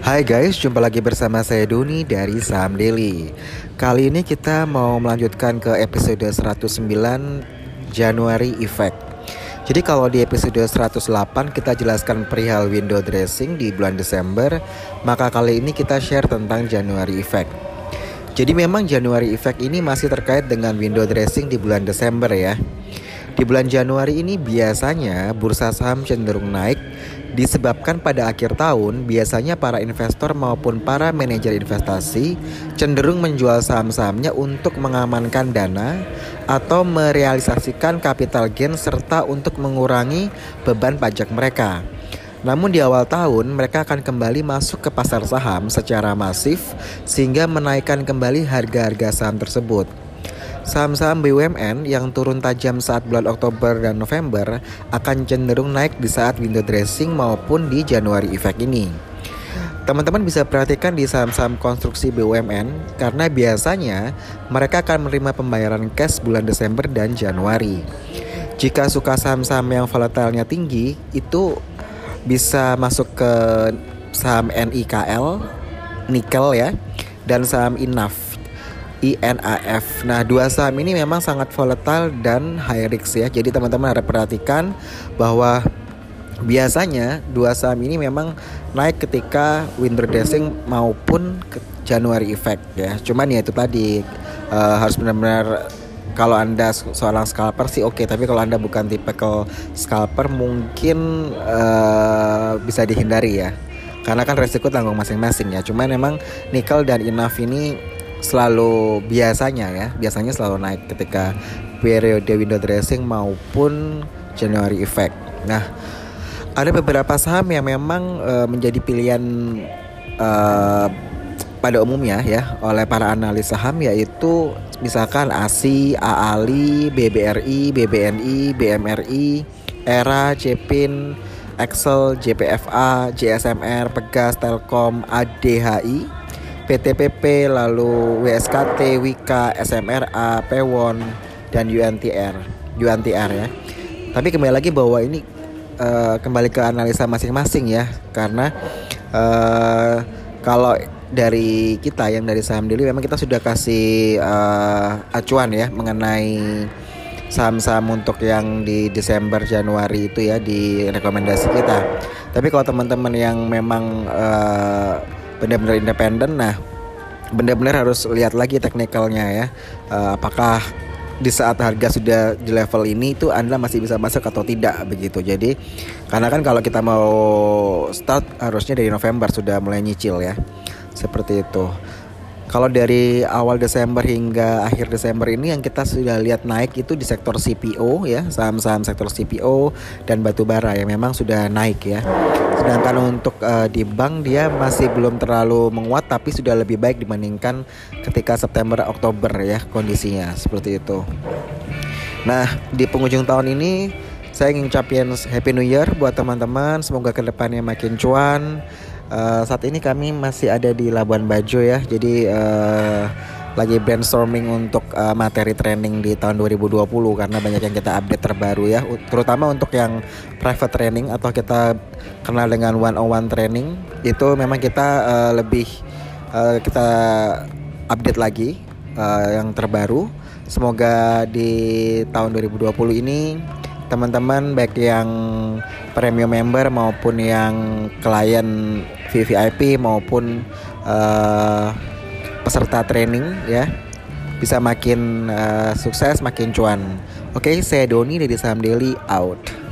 Hai guys, jumpa lagi bersama saya Doni dari Saham Daily. Kali ini kita mau melanjutkan ke episode 109 January Effect. Jadi kalau di episode 108 kita jelaskan perihal window dressing di bulan Desember, maka kali ini kita share tentang January Effect. Jadi memang January Effect ini masih terkait dengan window dressing di bulan Desember ya. Di bulan Januari ini biasanya bursa saham cenderung naik disebabkan pada akhir tahun biasanya para investor maupun para manajer investasi cenderung menjual saham-sahamnya untuk mengamankan dana atau merealisasikan capital gain serta untuk mengurangi beban pajak mereka. Namun di awal tahun mereka akan kembali masuk ke pasar saham secara masif sehingga menaikkan kembali harga-harga saham tersebut. Saham-saham BUMN yang turun tajam saat bulan Oktober dan November akan cenderung naik di saat window dressing maupun di January Effect ini. Teman-teman bisa perhatikan di saham-saham konstruksi BUMN karena biasanya mereka akan menerima pembayaran cash bulan Desember dan Januari. Jika suka saham-saham yang volatilnya tinggi, itu bisa masuk ke saham NIKL, nikel ya, dan saham INAF. Nah, dua saham ini memang sangat volatile dan high risk ya. Jadi teman-teman harus perhatikan bahwa biasanya dua saham ini memang naik ketika window dressing maupun ke January Effect ya. Cuman ya itu tadi harus benar-benar, kalau Anda seorang scalper sih oke, tapi kalau Anda bukan tipikal scalper mungkin bisa dihindari ya. Karena kan resiko tanggung masing-masing ya. Cuman memang nikel dan INAF ini biasanya selalu naik ketika periode window dressing maupun January Effect. Nah, ada beberapa saham yang memang menjadi pilihan pada umumnya ya oleh para analis saham, yaitu misalkan ASI, AALI, BBRI, BBNI, BMRI, ERA, Cepin, Excel, JPFA, JSMR, Pegas, Telkom, ADHI, PTPP, lalu WSKT, Wika, SMRA, Pewon, dan UNTR ya. Tapi kembali lagi bahwa ini kembali ke analisa masing-masing ya. Karena kalau dari kita yang dari Saham Daily memang kita sudah kasih acuan ya mengenai saham-saham untuk yang di Desember Januari itu ya di rekomendasi kita. Tapi kalau teman-teman yang memang benar-benar independen, nah benar-benar harus lihat lagi teknikalnya ya. Apakah di saat harga sudah di level ini itu Anda masih bisa masuk atau tidak begitu. Jadi karena kan kalau kita mau start harusnya dari November sudah mulai nyicil ya. Seperti itu. Kalau dari awal Desember hingga akhir Desember ini yang kita sudah lihat naik itu di sektor CPO ya, saham-saham sektor CPO dan batubara yang memang sudah naik ya. Sedangkan untuk di bank dia masih belum terlalu menguat, tapi sudah lebih baik dibandingkan ketika September Oktober ya kondisinya seperti itu. Nah, di penghujung tahun ini saya ingin ucapin Happy New Year buat teman-teman, semoga kedepannya makin cuan. Saat ini kami masih ada di Labuan Bajo ya. Jadi lagi brainstorming untuk materi training di tahun 2020 karena banyak yang kita update terbaru ya, terutama untuk yang private training atau kita kenal dengan 101 training. Itu memang kita kita update lagi yang terbaru. Semoga di tahun 2020 ini teman-teman baik yang premium member maupun yang klien VVIP maupun peserta training ya bisa makin sukses, makin cuan. Oke, saya Doni dari Saham Daily out.